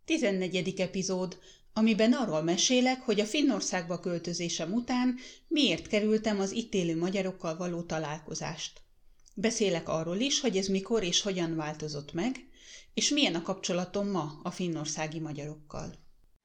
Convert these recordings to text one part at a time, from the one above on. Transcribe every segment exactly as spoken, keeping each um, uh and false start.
tizennegyedik epizód, amiben arról mesélek, hogy a Finnországba költözésem után miért kerültem az itt élő magyarokkal való találkozást. Beszélek arról is, hogy ez mikor és hogyan változott meg, és milyen a kapcsolatom ma a finnországi magyarokkal.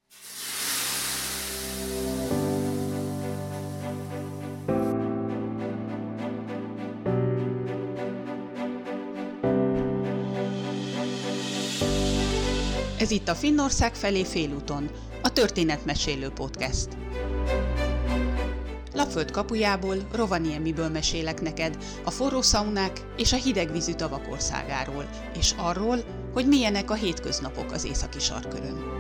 Ez itt a Finnország felé félúton, a Történetmesélő Podcast. Lapföld kapujából, Rovaniemiből mesélek neked a forró szaunák és a hidegvízű tavak országáról, és arról, hogy milyenek a hétköznapok az északi sarkkörön.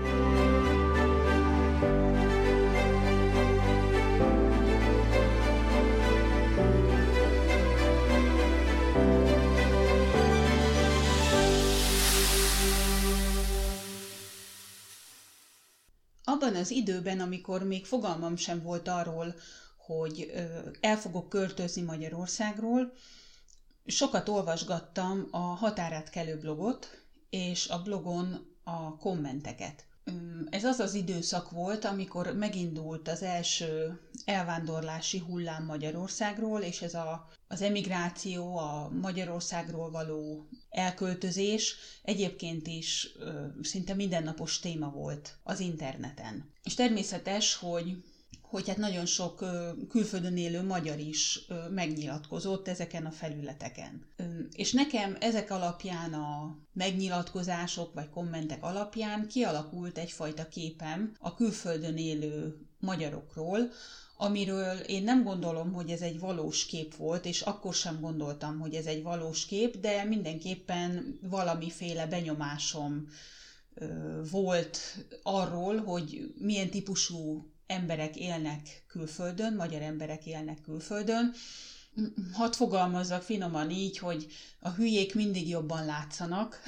Abban az időben, amikor még fogalmam sem volt arról, hogy el fogok költözni Magyarországról, sokat olvasgattam a Határátkelő blogot, és a blogon a kommenteket. Ez az az időszak volt, amikor megindult az első elvándorlási hullám Magyarországról, és ez a, az emigráció, a Magyarországról való elköltözés egyébként is ö, szinte mindennapos téma volt az interneten. És természetes, hogy hogy hát nagyon sok ö, külföldön élő magyar is ö, megnyilatkozott ezeken a felületeken. Ö, és nekem ezek alapján, a megnyilatkozások vagy kommentek alapján kialakult egyfajta képem a külföldön élő magyarokról, amiről én nem gondolom, hogy ez egy valós kép volt, és akkor sem gondoltam, hogy ez egy valós kép, de mindenképpen valamiféle benyomásom ö, volt arról, hogy milyen típusú emberek élnek külföldön, magyar emberek élnek külföldön. Hadd fogalmazzak finoman így, hogy a hülyék mindig jobban látszanak.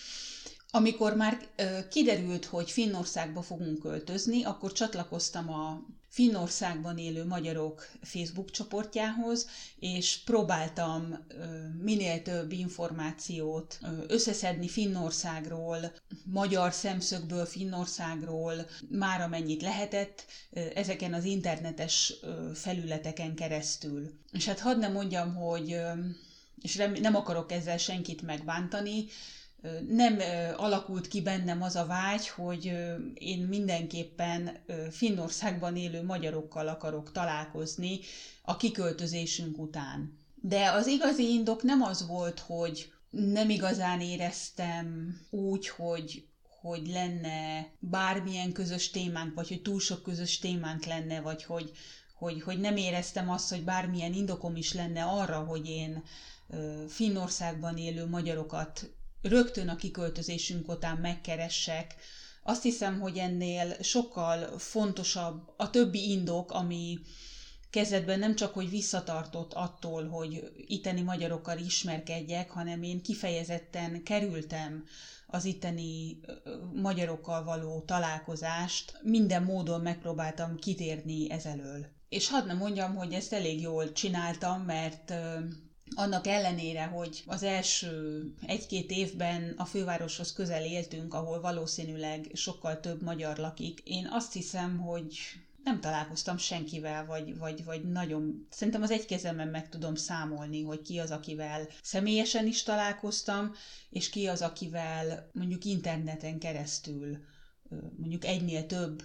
Amikor már kiderült, hogy Finnországba fogunk költözni, akkor csatlakoztam a Finnországban élő magyarok Facebook csoportjához, és próbáltam minél több információt összeszedni Finnországról, magyar szemszögből Finnországról, már amennyit lehetett ezeken az internetes felületeken keresztül. És hát hadd ne mondjam, hogy, és nem akarok ezzel senkit megbántani, nem alakult ki bennem az a vágy, hogy én mindenképpen Finnországban élő magyarokkal akarok találkozni a kiköltözésünk után. De az igazi indok nem az volt, hogy nem igazán éreztem úgy, hogy, hogy lenne bármilyen közös témánk, vagy hogy túl sok közös témánk lenne, vagy hogy, hogy, hogy nem éreztem azt, hogy bármilyen indokom is lenne arra, hogy én Finnországban élő magyarokat rögtön a kiköltözésünk után megkeressek. Azt hiszem, hogy ennél sokkal fontosabb a többi indok, ami kezdetben nem csak, hogy visszatartott attól, hogy itteni magyarokkal ismerkedjek, hanem én kifejezetten kerültem az itteni magyarokkal való találkozást, minden módon megpróbáltam kitérni ezelől. És hadd ne mondjam, hogy ezt elég jól csináltam, mert annak ellenére, hogy az első egy-két évben a fővároshoz közel éltünk, ahol valószínűleg sokkal több magyar lakik, én azt hiszem, hogy nem találkoztam senkivel, vagy, vagy, vagy nagyon... Szerintem az egy kezemben meg tudom számolni, hogy ki az, akivel személyesen is találkoztam, és ki az, akivel mondjuk interneten keresztül, mondjuk egynél több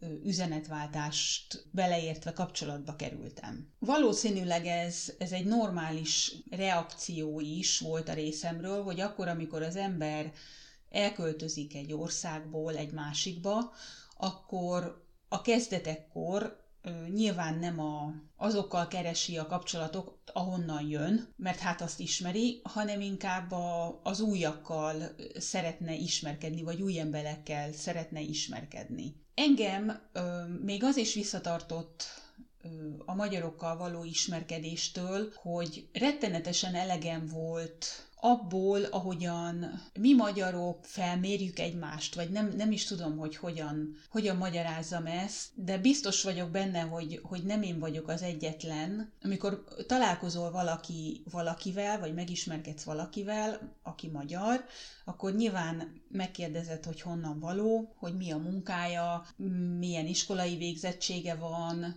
üzenetváltást beleértve kapcsolatba kerültem. Valószínűleg ez, ez egy normális reakció is volt a részemről, hogy akkor, amikor az ember elköltözik egy országból egy másikba, akkor a kezdetekkor nyilván nem a, azokkal keresi a kapcsolatot, ahonnan jön, mert hát azt ismeri, hanem inkább a, az újakkal szeretne ismerkedni, vagy új emberekkel szeretne ismerkedni. Engem ö, még az is visszatartott ö, a magyarokkal való ismerkedéstől, hogy rettenetesen elegem volt abból, ahogyan mi magyarok felmérjük egymást, vagy nem, nem is tudom, hogy hogyan, hogyan magyarázzam ezt, de biztos vagyok benne, hogy, hogy nem én vagyok az egyetlen. Amikor találkozol valaki valakivel, vagy megismerkedsz valakivel, aki magyar, akkor nyilván megkérdezed, hogy honnan való, hogy mi a munkája, milyen iskolai végzettsége van,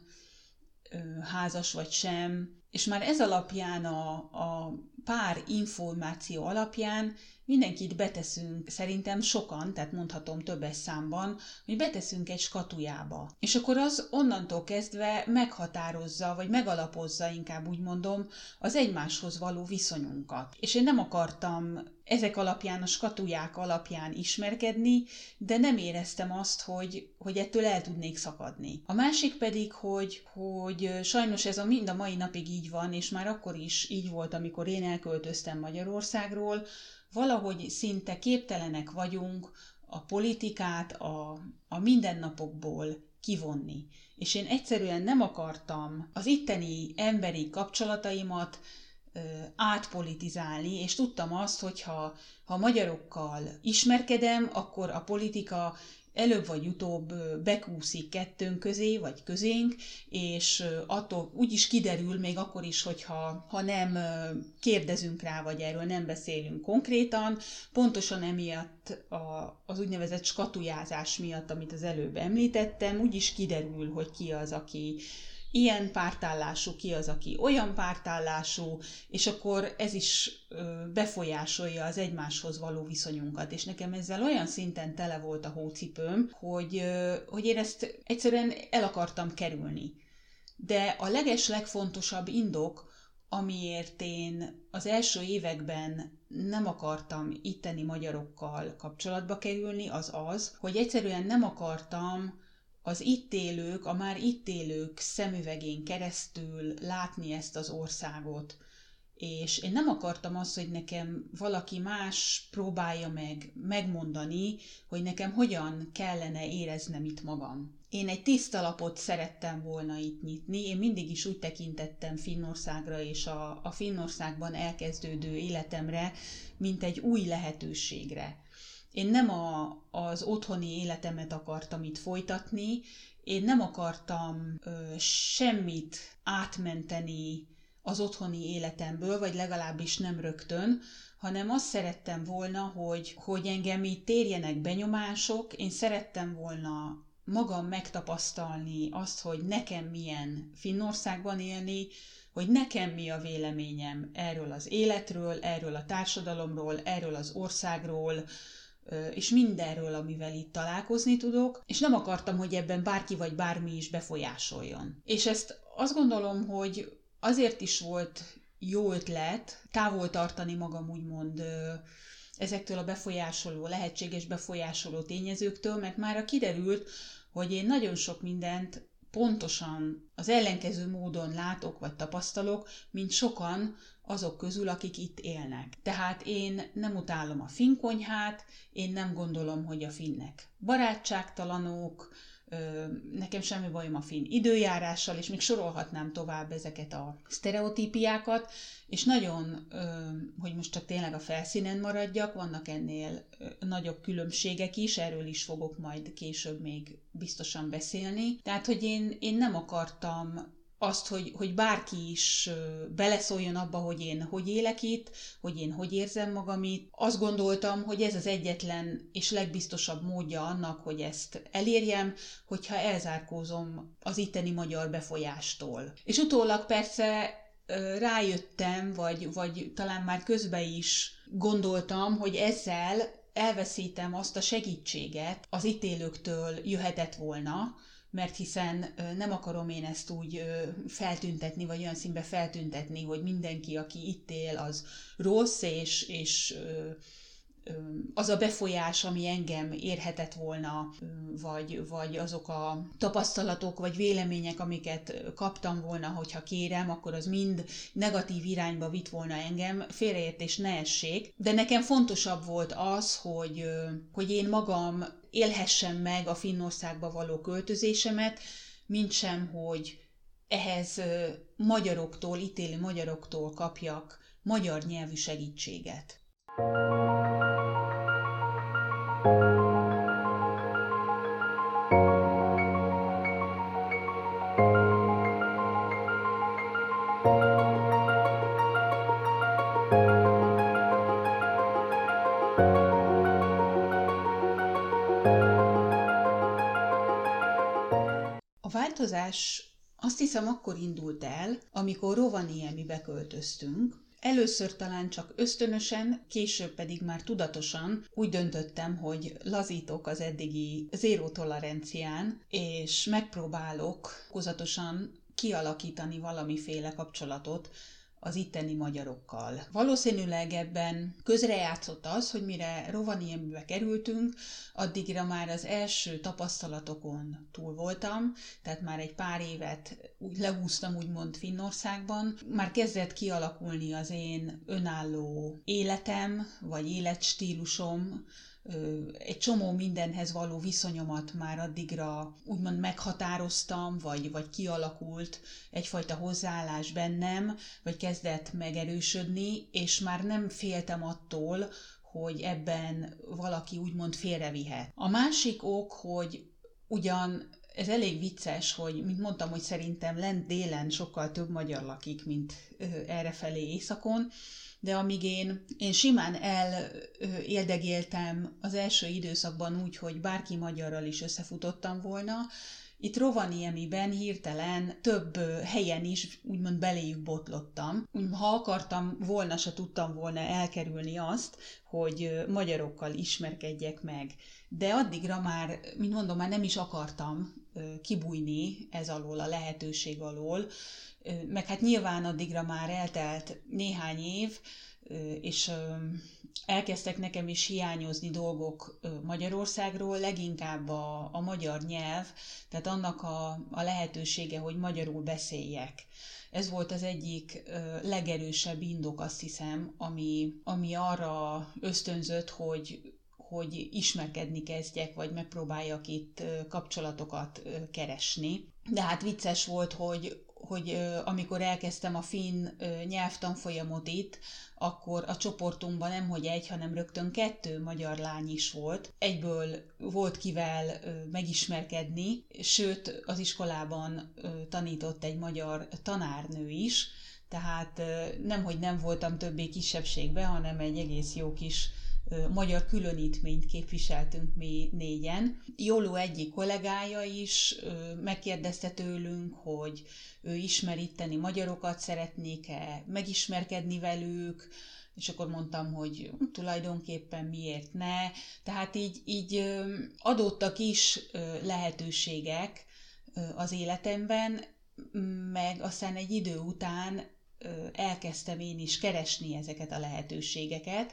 házas vagy sem, és már ez alapján, a, a pár információ alapján mindenkit beteszünk, szerintem sokan, tehát mondhatom többes számban, hogy beteszünk egy skatujába. És akkor az onnantól kezdve meghatározza, vagy megalapozza, inkább úgy mondom, az egymáshoz való viszonyunkat. És én nem akartam ezek alapján, a skatuják alapján ismerkedni, de nem éreztem azt, hogy, hogy ettől el tudnék szakadni. A másik pedig, hogy, hogy sajnos ez a mind a mai napig így van, és már akkor is így volt, amikor én elköltöztem Magyarországról, valahogy szinte képtelenek vagyunk a politikát a, a mindennapokból kivonni. És én egyszerűen nem akartam az itteni emberi kapcsolataimat ö, átpolitizálni, és tudtam azt, hogy ha, ha magyarokkal ismerkedem, akkor a politika előbb vagy utóbb bekúszik kettőnk közé, vagy közénk, és attól úgy is kiderül, még akkor is, hogyha ha nem kérdezünk rá, vagy erről nem beszélünk konkrétan, pontosan emiatt a, az úgynevezett skatujázás miatt, amit az előbb említettem, úgy is kiderül, hogy ki az, aki ilyen pártállású, ki az, aki olyan pártállású, és akkor ez is befolyásolja az egymáshoz való viszonyunkat. És nekem ezzel olyan szinten tele volt a hócipőm, hogy, hogy én ezt egyszerűen el akartam kerülni. De a leges legfontosabb indok, amiért én az első években nem akartam itteni magyarokkal kapcsolatba kerülni, az az, hogy egyszerűen nem akartam az itt élők, a már itt élők szemüvegén keresztül látni ezt az országot. És én nem akartam azt, hogy nekem valaki más próbálja meg megmondani, hogy nekem hogyan kellene éreznem itt magam. Én egy tiszta lapot szerettem volna itt nyitni, én mindig is úgy tekintettem Finnországra és a, a Finnországban elkezdődő életemre, mint egy új lehetőségre. Én nem a, az otthoni életemet akartam itt folytatni, én nem akartam ö, semmit átmenteni az otthoni életemből, vagy legalábbis nem rögtön, hanem azt szerettem volna, hogy, hogy engem itt térjenek benyomások, én szerettem volna magam megtapasztalni azt, hogy nekem milyen Finnországban élni, hogy nekem mi a véleményem erről az életről, erről a társadalomról, erről az országról, és mindenről, amivel itt találkozni tudok, és nem akartam, hogy ebben bárki vagy bármi is befolyásoljon. És ezt azt gondolom, hogy azért is volt jó ötlet távol tartani magam úgymond ezektől a befolyásoló, lehetséges befolyásoló tényezőktől, mert mára kiderült, hogy én nagyon sok mindent pontosan az ellenkező módon látok vagy tapasztalok, mint sokan azok közül, akik itt élnek. Tehát én nem utálom a finn konyhát, én nem gondolom, hogy a finnek barátságtalanok, nekem semmi bajom a finn időjárással, és még sorolhatnám tovább ezeket a sztereotípiákat, és nagyon, hogy most csak tényleg a felszínen maradjak, vannak ennél nagyobb különbségek is, erről is fogok majd később még biztosan beszélni. Tehát, hogy én, én nem akartam azt, hogy, hogy bárki is beleszóljon abba, hogy én hogy élek itt, hogy én hogy érzem magam itt. Azt gondoltam, hogy ez az egyetlen és legbiztosabb módja annak, hogy ezt elérjem, hogyha elzárkózom az itteni magyar befolyástól. És utólag persze rájöttem, vagy, vagy talán már közben is gondoltam, hogy ezzel elveszítem azt a segítséget az itt élőktől jöhetett volna, mert hiszen nem akarom én ezt úgy feltüntetni, vagy olyan színbe feltüntetni, hogy mindenki, aki itt él, az rossz, és, és az a befolyás, ami engem érhetett volna, vagy, vagy azok a tapasztalatok, vagy vélemények, amiket kaptam volna, hogyha kérem, akkor az mind negatív irányba vitt volna engem, félreértés ne essék. De nekem fontosabb volt az, hogy, hogy én magam élhessem meg a Finnországba való költözésemet, mintsem, hogy ehhez magyaroktól, itt élő magyaroktól kapjak magyar nyelvű segítséget. A változás azt hiszem akkor indult el, amikor Rovaniemibe költöztünk. Először talán csak ösztönösen, később pedig már tudatosan úgy döntöttem, hogy lazítok az eddigi zéró tolerancián, és megpróbálok fokozatosan kialakítani valamiféle kapcsolatot az itteni magyarokkal. Valószínűleg ebben közrejátszott az, hogy mire Rovaniemibe kerültünk, addigra már az első tapasztalatokon túl voltam, tehát már egy pár évet úgy lehúztam úgymond Finnországban. Már kezdett kialakulni az én önálló életem, vagy életstílusom, egy csomó mindenhez való viszonyomat már addigra úgymond meghatároztam, vagy, vagy kialakult egyfajta hozzáállás bennem, vagy kezdett megerősödni, és már nem féltem attól, hogy ebben valaki úgymond félrevihet. A másik ok, hogy ugyan ez elég vicces, hogy, mint mondtam, hogy szerintem lent délen sokkal több magyar lakik, mint errefelé északon, de amíg én, én simán eléldegéltem az első időszakban úgy, hogy bárki magyarral is összefutottam volna, itt Rovaniemiben hirtelen több helyen is úgymond beléjük botlottam. Ha akartam volna, se tudtam volna elkerülni azt, hogy magyarokkal ismerkedjek meg. De addigra már, mint mondom, már nem is akartam kibújni ez alól, a lehetőség alól, meg hát nyilván addigra már eltelt néhány év, és elkezdtek nekem is hiányozni dolgok Magyarországról, leginkább a, a magyar nyelv, tehát annak a, a lehetősége, hogy magyarul beszéljek. Ez volt az egyik legerősebb indok, azt hiszem, ami, ami arra ösztönzött, hogy hogy ismerkedni kezdjek, vagy megpróbáljak itt kapcsolatokat keresni. De hát vicces volt, hogy, hogy amikor elkezdtem a finn nyelvtanfolyamot itt, akkor a csoportunkban nemhogy egy, hanem rögtön kettő magyar lány is volt. Egyből volt kivel megismerkedni, sőt az iskolában tanított egy magyar tanárnő is, tehát nemhogy nem voltam többé kisebbségben, hanem egy egész jó kis magyar különítményt képviseltünk mi négyen. Jóló egyik kollégája is megkérdezte tőlünk, hogy ő ismer itteni magyarokat, szeretnék-e megismerkedni velük, és akkor mondtam, hogy tulajdonképpen miért ne. Tehát így, így adódtak is lehetőségek az életemben, meg aztán egy idő után elkezdtem én is keresni ezeket a lehetőségeket.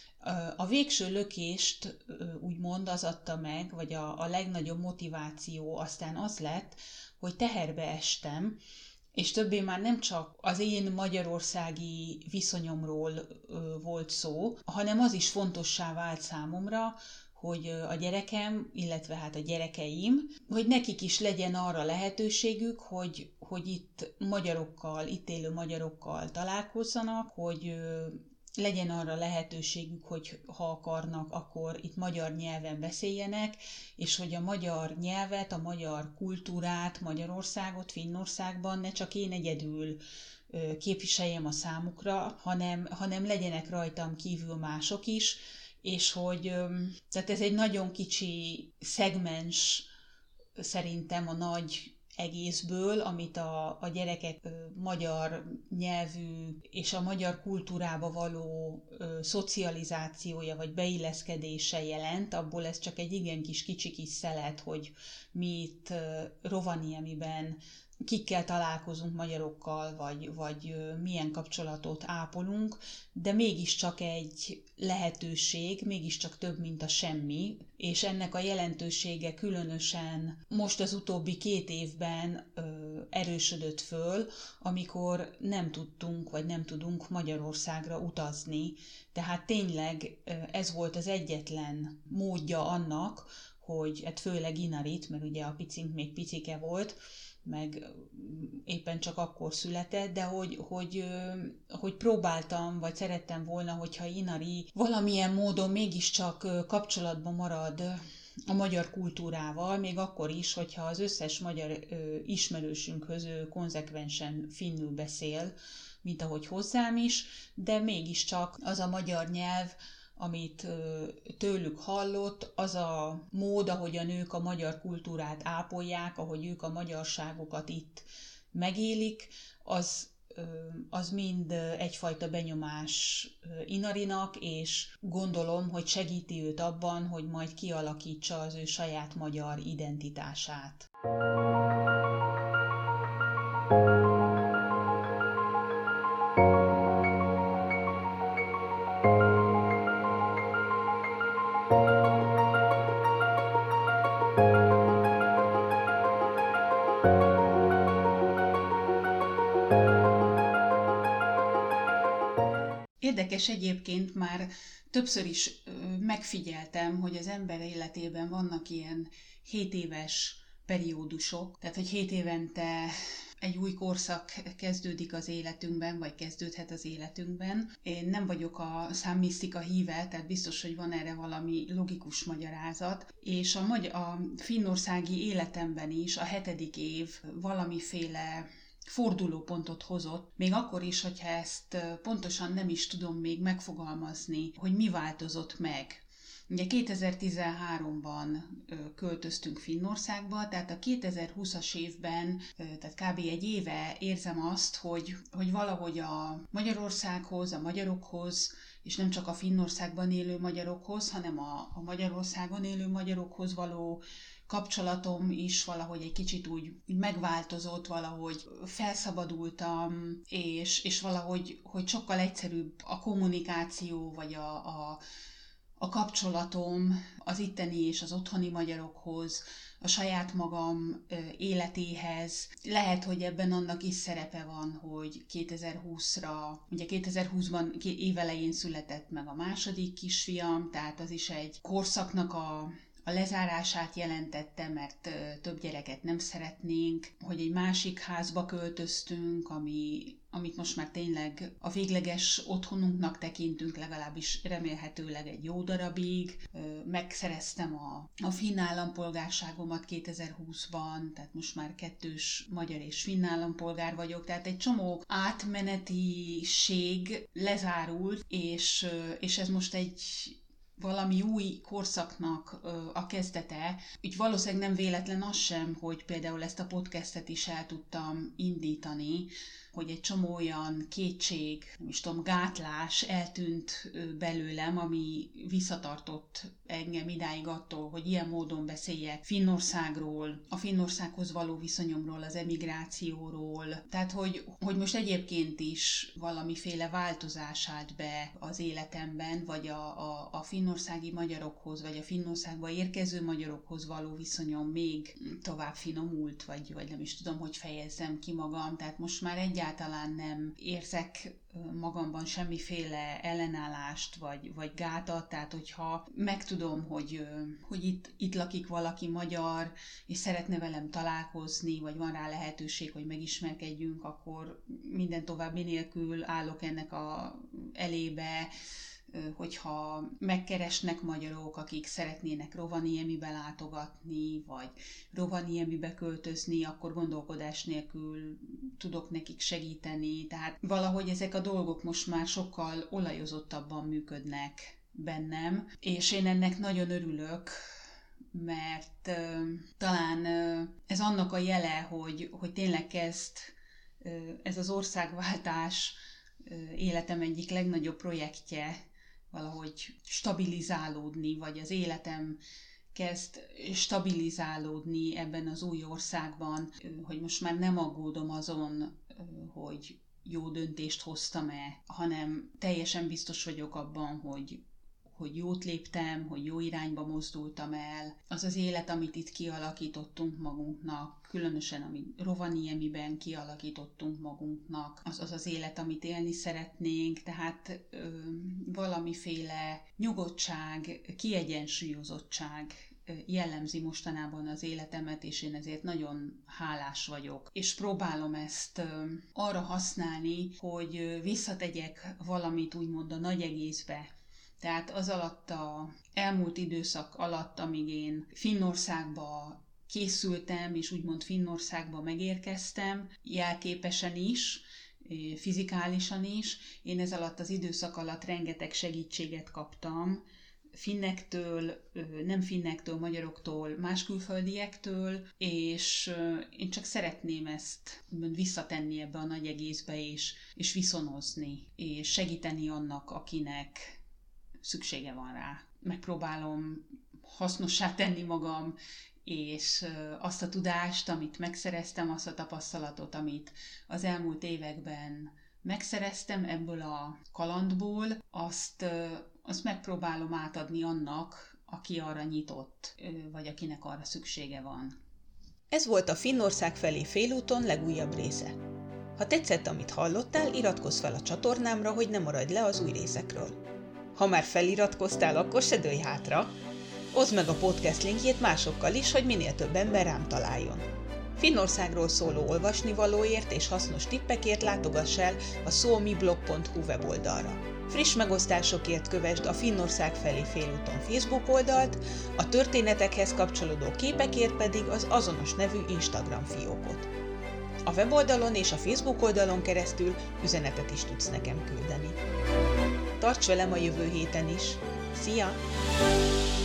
A végső lökést úgymond az adta meg, vagy a, a legnagyobb motiváció aztán az lett, hogy teherbe estem, és többé már nem csak az én magyarországi viszonyomról volt szó, hanem az is fontossá vált számomra, hogy a gyerekem, illetve hát a gyerekeim, hogy nekik is legyen arra lehetőségük, hogy, hogy itt magyarokkal, itt élő magyarokkal találkozzanak, hogy legyen arra lehetőségük, hogy ha akarnak, akkor itt magyar nyelven beszéljenek, és hogy a magyar nyelvet, a magyar kultúrát, Magyarországot, Finnországban ne csak én egyedül képviseljem a számukra, hanem, hanem legyenek rajtam kívül mások is, és hogy tehát ez egy nagyon kicsi szegmens szerintem a nagy egészből, amit a, a gyerekek ö, magyar nyelvű és a magyar kultúrába való ö, szocializációja vagy beilleszkedése jelent, abból ez csak egy igen kis kicsi kis szelet, hogy mi itt ö, Rovaniemiben kikkel találkozunk magyarokkal, vagy, vagy ö, milyen kapcsolatot ápolunk, de mégiscsak egy lehetőség, mégiscsak több, mint a semmi, és ennek a jelentősége különösen most az utóbbi két évben ö, erősödött föl, amikor nem tudtunk, vagy nem tudunk Magyarországra utazni. Tehát tényleg ö, ez volt az egyetlen módja annak, hogy hát főleg Inarit, mert ugye a picink még picike volt, meg éppen csak akkor született, de hogy, hogy, hogy próbáltam, vagy szerettem volna, hogyha Inari valamilyen módon mégiscsak kapcsolatban marad a magyar kultúrával, még akkor is, hogyha az összes magyar ismerősünkhöz ő konzekvensen finnül beszél, mint ahogy hozzám is, de mégiscsak az a magyar nyelv, amit tőlük hallott, az a mód, ahogy a nők a magyar kultúrát ápolják, ahogy ők a magyarságokat itt megélik, az, az mind egyfajta benyomás Inarinak, és gondolom, hogy segíti őt abban, hogy majd kialakítsa az ő saját magyar identitását. Érdekes egyébként, már többször is megfigyeltem, hogy az ember életében vannak ilyen hét éves periódusok, tehát hogy hét évente egy új korszak kezdődik az életünkben, vagy kezdődhet az életünkben. Én nem vagyok a számmisztika híve, tehát biztos, hogy van erre valami logikus magyarázat, és a, magy- a finnországi életemben is a hetedik év valamiféle fordulópontot hozott, még akkor is, hogyha ezt pontosan nem is tudom még megfogalmazni, hogy mi változott meg. Ugye kétezer-tizenháromban költöztünk Finnországba, tehát a kétezer-húszas évben, tehát kb. Egy éve érzem azt, hogy, hogy valahogy a Magyarországhoz, a magyarokhoz, és nem csak a Finnországban élő magyarokhoz, hanem a, a Magyarországon élő magyarokhoz való kapcsolatom is valahogy egy kicsit úgy megváltozott, valahogy felszabadultam, és, és valahogy hogy sokkal egyszerűbb a kommunikáció, vagy a, a, a kapcsolatom az itteni és az otthoni magyarokhoz, a saját magam életéhez. Lehet, hogy ebben annak is szerepe van, hogy kétezer-húszra, ugye kétezer-húszban évelején született meg a második kisfiam, tehát az is egy korszaknak a a lezárását jelentette, mert több gyereket nem szeretnénk, hogy egy másik házba költöztünk, ami, amit most már tényleg a végleges otthonunknak tekintünk, legalábbis remélhetőleg egy jó darabig. Megszereztem a, a finn állampolgárságomat kétezer-húszban, tehát most már kettős magyar és finn állampolgár vagyok, tehát egy csomó átmenetiség lezárult, és, és ez most egy valami új korszaknak a kezdete. Úgy valószínűleg nem véletlen az sem, hogy például ezt a podcastet is el tudtam indítani, hogy egy csomó olyan kétség, nem is tudom, gátlás eltűnt belőlem, ami visszatartott engem idáig attól, hogy ilyen módon beszéljek Finnországról, a Finnországhoz való viszonyomról, az emigrációról. Tehát, hogy, hogy most egyébként is valamiféle változás állt be az életemben, vagy a, a, a finnországi magyarokhoz, vagy a Finnországba érkező magyarokhoz való viszonyom még tovább finomult, vagy, vagy nem is tudom, hogy fejezzem ki magam. Tehát most már egyáltalán egyáltalán nem érzek magamban semmiféle ellenállást vagy, vagy gátat, tehát hogyha megtudom, hogy, hogy itt, itt lakik valaki magyar, és szeretne velem találkozni, vagy van rá lehetőség, hogy megismerkedjünk, akkor minden további nélkül állok ennek a elébe, hogyha megkeresnek magyarok, akik szeretnének Rovaniemibe látogatni, vagy Rovaniemibe költözni, akkor gondolkodás nélkül tudok nekik segíteni. Tehát valahogy ezek a dolgok most már sokkal olajozottabban működnek bennem, és én ennek nagyon örülök, mert uh, talán uh, ez annak a jele, hogy, hogy tényleg kezd uh, ez az országváltás uh, életem egyik legnagyobb projektje valahogy stabilizálódni, vagy az életem kezd stabilizálódni ebben az új országban, hogy most már nem aggódom azon, hogy jó döntést hoztam-e, hanem teljesen biztos vagyok abban, hogy, hogy jót léptem, hogy jó irányba mozdultam el. Az az élet, amit itt kialakítottunk magunknak, különösen amit Rovaniemiben kialakítottunk magunknak, az az, az élet, amit élni szeretnénk, tehát ö, valamiféle nyugodtság, kiegyensúlyozottság jellemzi mostanában az életemet, és én ezért nagyon hálás vagyok. És próbálom ezt arra használni, hogy visszategyek valamit úgymond a nagy egészbe. Tehát az alatt a elmúlt időszak alatt, amíg én Finnországba készültem, és úgymond Finnországba megérkeztem, jelképesen is, fizikálisan is, én ez alatt az időszak alatt rengeteg segítséget kaptam, finnektől, nem finnektől, magyaroktól, más külföldiektől, és én csak szeretném ezt visszatenni ebbe a nagy egészbe, és, és viszonozni, és segíteni annak, akinek szüksége van rá. Megpróbálom hasznossá tenni magam, és azt a tudást, amit megszereztem, azt a tapasztalatot, amit az elmúlt években megszereztem ebből a kalandból, azt, azt megpróbálom átadni annak, aki arra nyitott, vagy akinek arra szüksége van. Ez volt a Finnország felé félúton legújabb része. Ha tetszett, amit hallottál, iratkozz fel a csatornámra, hogy ne maradj le az új részekről. Ha már feliratkoztál, akkor se dőlj hátra! Oszd meg a podcast linkjét másokkal is, hogy minél több ember rám találjon. Finnországról szóló olvasnivalóért és hasznos tippekért látogass el a suomiblog pont hu weboldalra. Friss megosztásokért kövesd a Finnország felé félúton Facebook oldalt, a történetekhez kapcsolódó képekért pedig az azonos nevű Instagram fiókot. A weboldalon és a Facebook oldalon keresztül üzenetet is tudsz nekem küldeni. Tarts velem a jövő héten is! Szia!